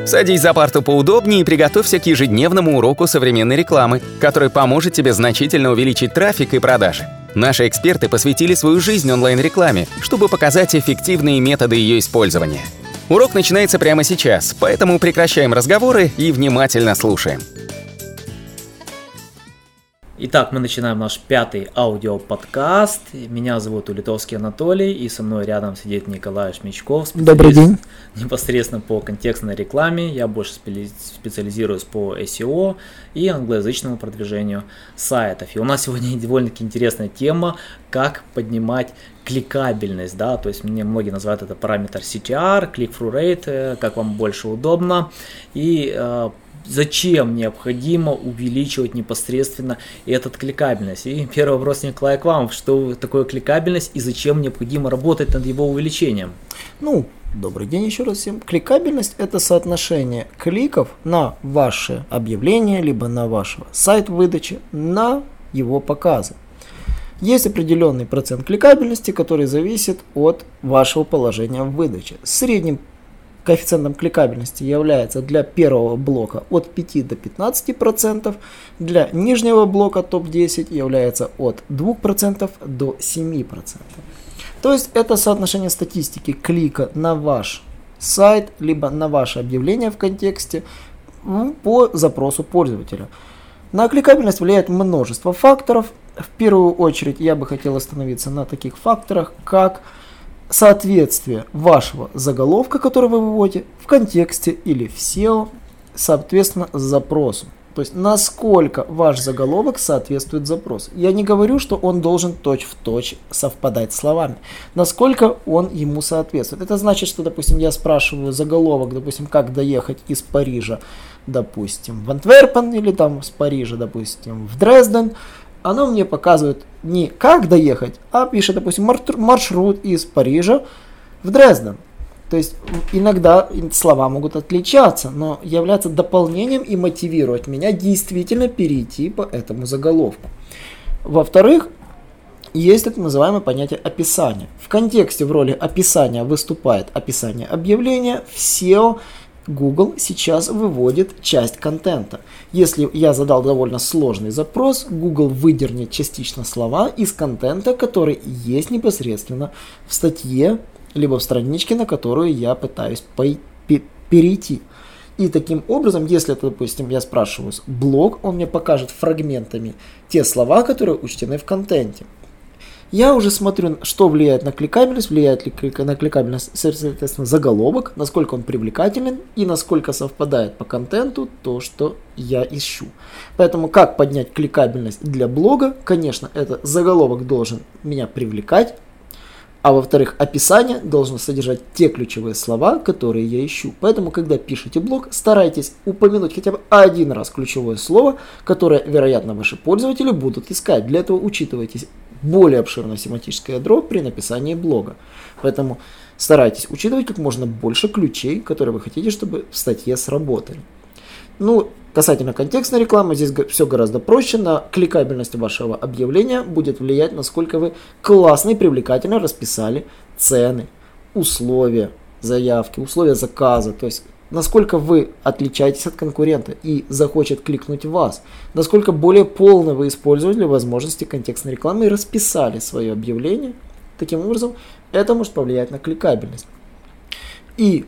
Садись за парту поудобнее и приготовься к ежедневному уроку современной рекламы, который поможет тебе значительно увеличить трафик и продажи. Наши эксперты посвятили свою жизнь онлайн-рекламе, чтобы показать эффективные методы ее использования. Урок начинается прямо сейчас, поэтому прекращаем разговоры и внимательно слушаем. Итак, мы начинаем наш 5-й аудиоподкаст. Меня зовут Улитовский Анатолий, и со мной рядом сидит Николай Шмичков. Добрый день. Непосредственно по контекстной рекламе. Я больше специализируюсь по SEO и англоязычному продвижению сайтов. И у нас сегодня довольно-таки интересная тема, как поднимать кликабельность, да, то есть мне многие называют это параметр CTR, click-through rate, как вам больше удобно, и зачем необходимо увеличивать непосредственно этот кликабельность. И первый вопрос, Николай, к вам, что такое кликабельность и зачем необходимо работать над его увеличением? Добрый день еще раз всем. Кликабельность – это соотношение кликов на ваше объявление, либо на ваш сайт выдачи, на его показы. Есть определенный процент кликабельности, который зависит от вашего положения в выдаче. Средним коэффициентом кликабельности является для первого блока от 5 до 15%, для нижнего блока топ-10 является от 2% до 7%. То есть это соотношение статистики клика на ваш сайт, либо на ваше объявление в контексте по запросу пользователя. На кликабельность влияет множество факторов. В первую очередь я бы хотел остановиться на таких факторах, как соответствие вашего заголовка, который вы выводите, в контексте или в SEO, соответственно, запросу. То есть, насколько ваш заголовок соответствует запросу. Я не говорю, что он должен точь-в-точь совпадать словами. Насколько он ему соответствует. Это значит, что, допустим, я спрашиваю заголовок, допустим, как доехать из Парижа, допустим, в Антверпен, или там с Парижа, допустим, в Дрезден. Оно мне показывает не как доехать, а пишет, допустим, маршрут из Парижа в Дрезден. То есть иногда слова могут отличаться, но являться дополнением и мотивировать меня действительно перейти по этому заголовку. Во-вторых, есть так называемое понятие описания. В контексте в роли описания выступает описание объявления. В SEO Google сейчас выводит часть контента. Если я задал довольно сложный запрос, Google выдернет частично слова из контента, который есть непосредственно в статье, либо в страничке, на которую я пытаюсь перейти. И таким образом, если это, допустим, я спрашиваю блог, он мне покажет фрагментами те слова, которые учтены в контенте. Я уже смотрю, что влияет на кликабельность, влияет ли на кликабельность, соответственно, заголовок, насколько он привлекателен и насколько совпадает по контенту то, что я ищу. Поэтому как поднять кликабельность для блога? Конечно, это заголовок должен меня привлекать, а во-вторых, описание должно содержать те ключевые слова, которые я ищу. Поэтому, когда пишете блог, старайтесь упомянуть хотя бы один раз ключевое слово, которое, вероятно, ваши пользователи будут искать. Для этого учитывайте более обширное семантическое ядро при написании блога. Поэтому старайтесь учитывать как можно больше ключей, которые вы хотите, чтобы в статье сработали. Касательно контекстной рекламы, здесь все гораздо проще. На кликабельность вашего объявления будет влиять, насколько вы классно и привлекательно расписали цены, условия заявки, условия заказа. То есть, насколько вы отличаетесь от конкурента и захочет кликнуть в вас. Насколько более полно вы использовали возможности контекстной рекламы и расписали свое объявление. Таким образом, это может повлиять на кликабельность. И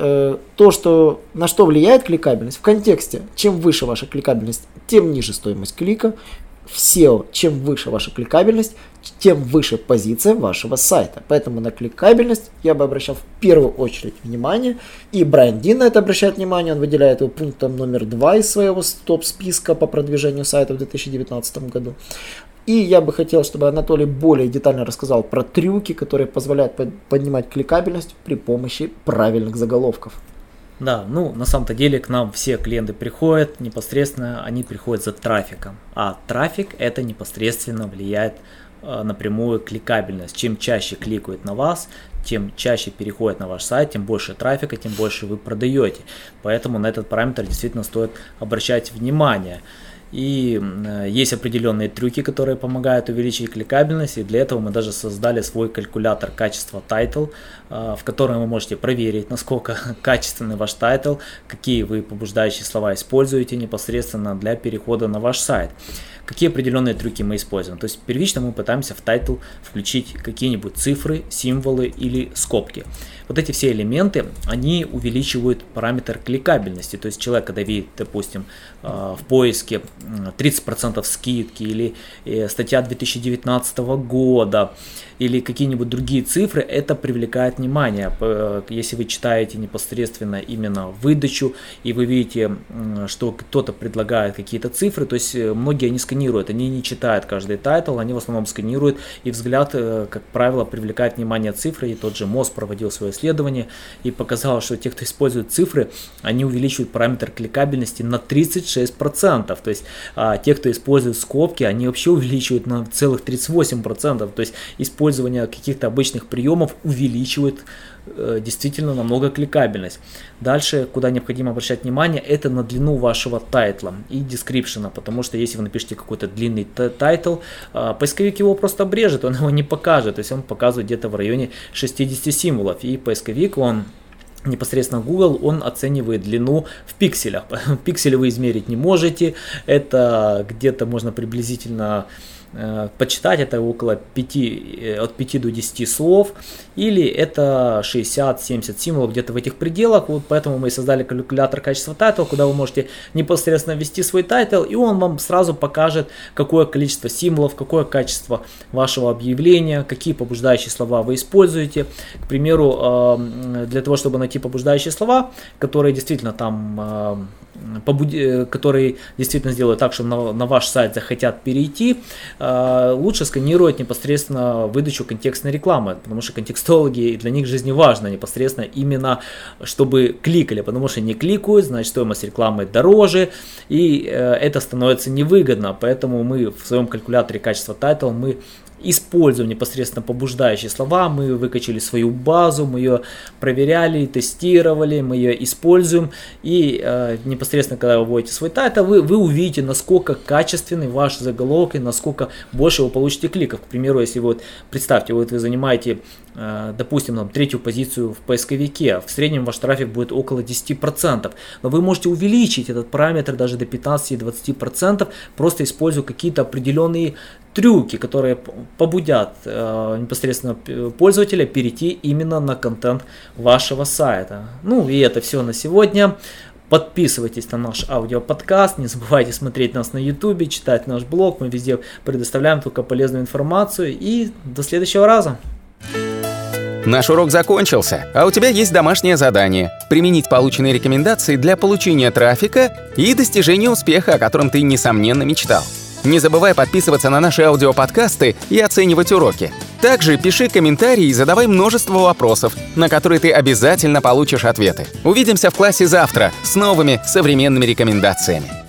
то, на что влияет кликабельность в контексте, чем выше ваша кликабельность, тем ниже стоимость клика. В SEO, чем выше ваша кликабельность, тем выше позиция вашего сайта. Поэтому на кликабельность я бы обращал в первую очередь внимание. И Брайан Дин на это обращает внимание. Он выделяет его пунктом номер 2 из своего топ-списка по продвижению сайта в 2019 году. И я бы хотел, чтобы Анатолий более детально рассказал про трюки, которые позволяют поднимать кликабельность при помощи правильных заголовков. Да, на самом-то деле к нам все клиенты приходят, непосредственно они приходят за трафиком. А трафик это непосредственно влияет напрямую кликабельность. Чем чаще кликают на вас, тем чаще переходят на ваш сайт, тем больше трафика, тем больше вы продаете. Поэтому на этот параметр действительно стоит обращать внимание. И есть определенные трюки, которые помогают увеличить кликабельность, и для этого мы даже создали свой калькулятор качества тайтл, в котором вы можете проверить, насколько качественный ваш тайтл, какие вы побуждающие слова используете непосредственно для перехода на ваш сайт. Какие определенные трюки мы используем. То есть первично мы пытаемся в тайтл включить какие-нибудь цифры, символы или скобки. Вот эти все элементы, они увеличивают параметр кликабельности. То есть человек, когда видит, допустим, в поиске 30% скидки или статья 2019 года или какие-нибудь другие цифры, это привлекает внимание. Если вы читаете непосредственно именно выдачу и вы видите, что кто-то предлагает какие-то цифры, то есть многие не сканируют, они не читают каждый тайтл, они в основном сканируют, и взгляд, как правило, привлекает внимание цифры. И тот же МОЗ проводил свое исследование и показал, что те, кто использует цифры, они увеличивают параметр кликабельности на 36%. То есть те, кто использует скобки, они вообще увеличивают на целых 38%. То есть использование каких-то обычных приемов увеличивает действительно намного кликабельность. Дальше, куда необходимо обращать внимание, это на длину вашего тайтла и дескрипшена, потому что если вы напишете какой-то длинный тайтл, поисковик его просто обрежет, он его не покажет, то есть он показывает где-то в районе 60 символов, и поисковик, он непосредственно Google, он оценивает длину в пикселях. Пиксели вы измерить не можете, это где-то можно приблизительно почитать, это около 5 до 10 слов, или это 60-70 символов, где-то в этих пределах. Вот поэтому мы и создали калькулятор качества тайтла, куда вы можете непосредственно ввести свой тайтл, и он вам сразу покажет, какое количество символов, какое качество вашего объявления, какие побуждающие слова вы используете. К примеру, для того, чтобы найти побуждающие слова, которые действительно там которые действительно сделают так, что на ваш сайт захотят перейти, лучше сканировать непосредственно выдачу контекстной рекламы, потому что контекстологи, для них жизни важно непосредственно именно, чтобы кликали, потому что не кликают, значит стоимость рекламы дороже, и это становится невыгодно, поэтому мы в своем калькуляторе качества тайтл мы используем непосредственно побуждающие слова, мы выкачали свою базу, мы ее проверяли, тестировали, мы ее используем, и непосредственно когда вы вводите свой тайтл, вы увидите, насколько качественный ваш заголовок и насколько больше вы получите кликов. К примеру, если вы представьте, вы занимаете, допустим, третью позицию в поисковике, в среднем ваш трафик будет около 10%, но вы можете увеличить этот параметр даже до 15-20%, просто используя какие-то определенные трюки, которые побудят непосредственно пользователя перейти именно на контент вашего сайта. Ну и это все на сегодня. Подписывайтесь на наш аудиоподкаст, не забывайте смотреть нас на YouTube, читать наш блог, мы везде предоставляем только полезную информацию, и до следующего раза. Наш урок закончился, а у тебя есть домашнее задание – применить полученные рекомендации для получения трафика и достижения успеха, о котором ты, несомненно, мечтал. Не забывай подписываться на наши аудиоподкасты и оценивать уроки. Также пиши комментарии и задавай множество вопросов, на которые ты обязательно получишь ответы. Увидимся в классе завтра с новыми современными рекомендациями.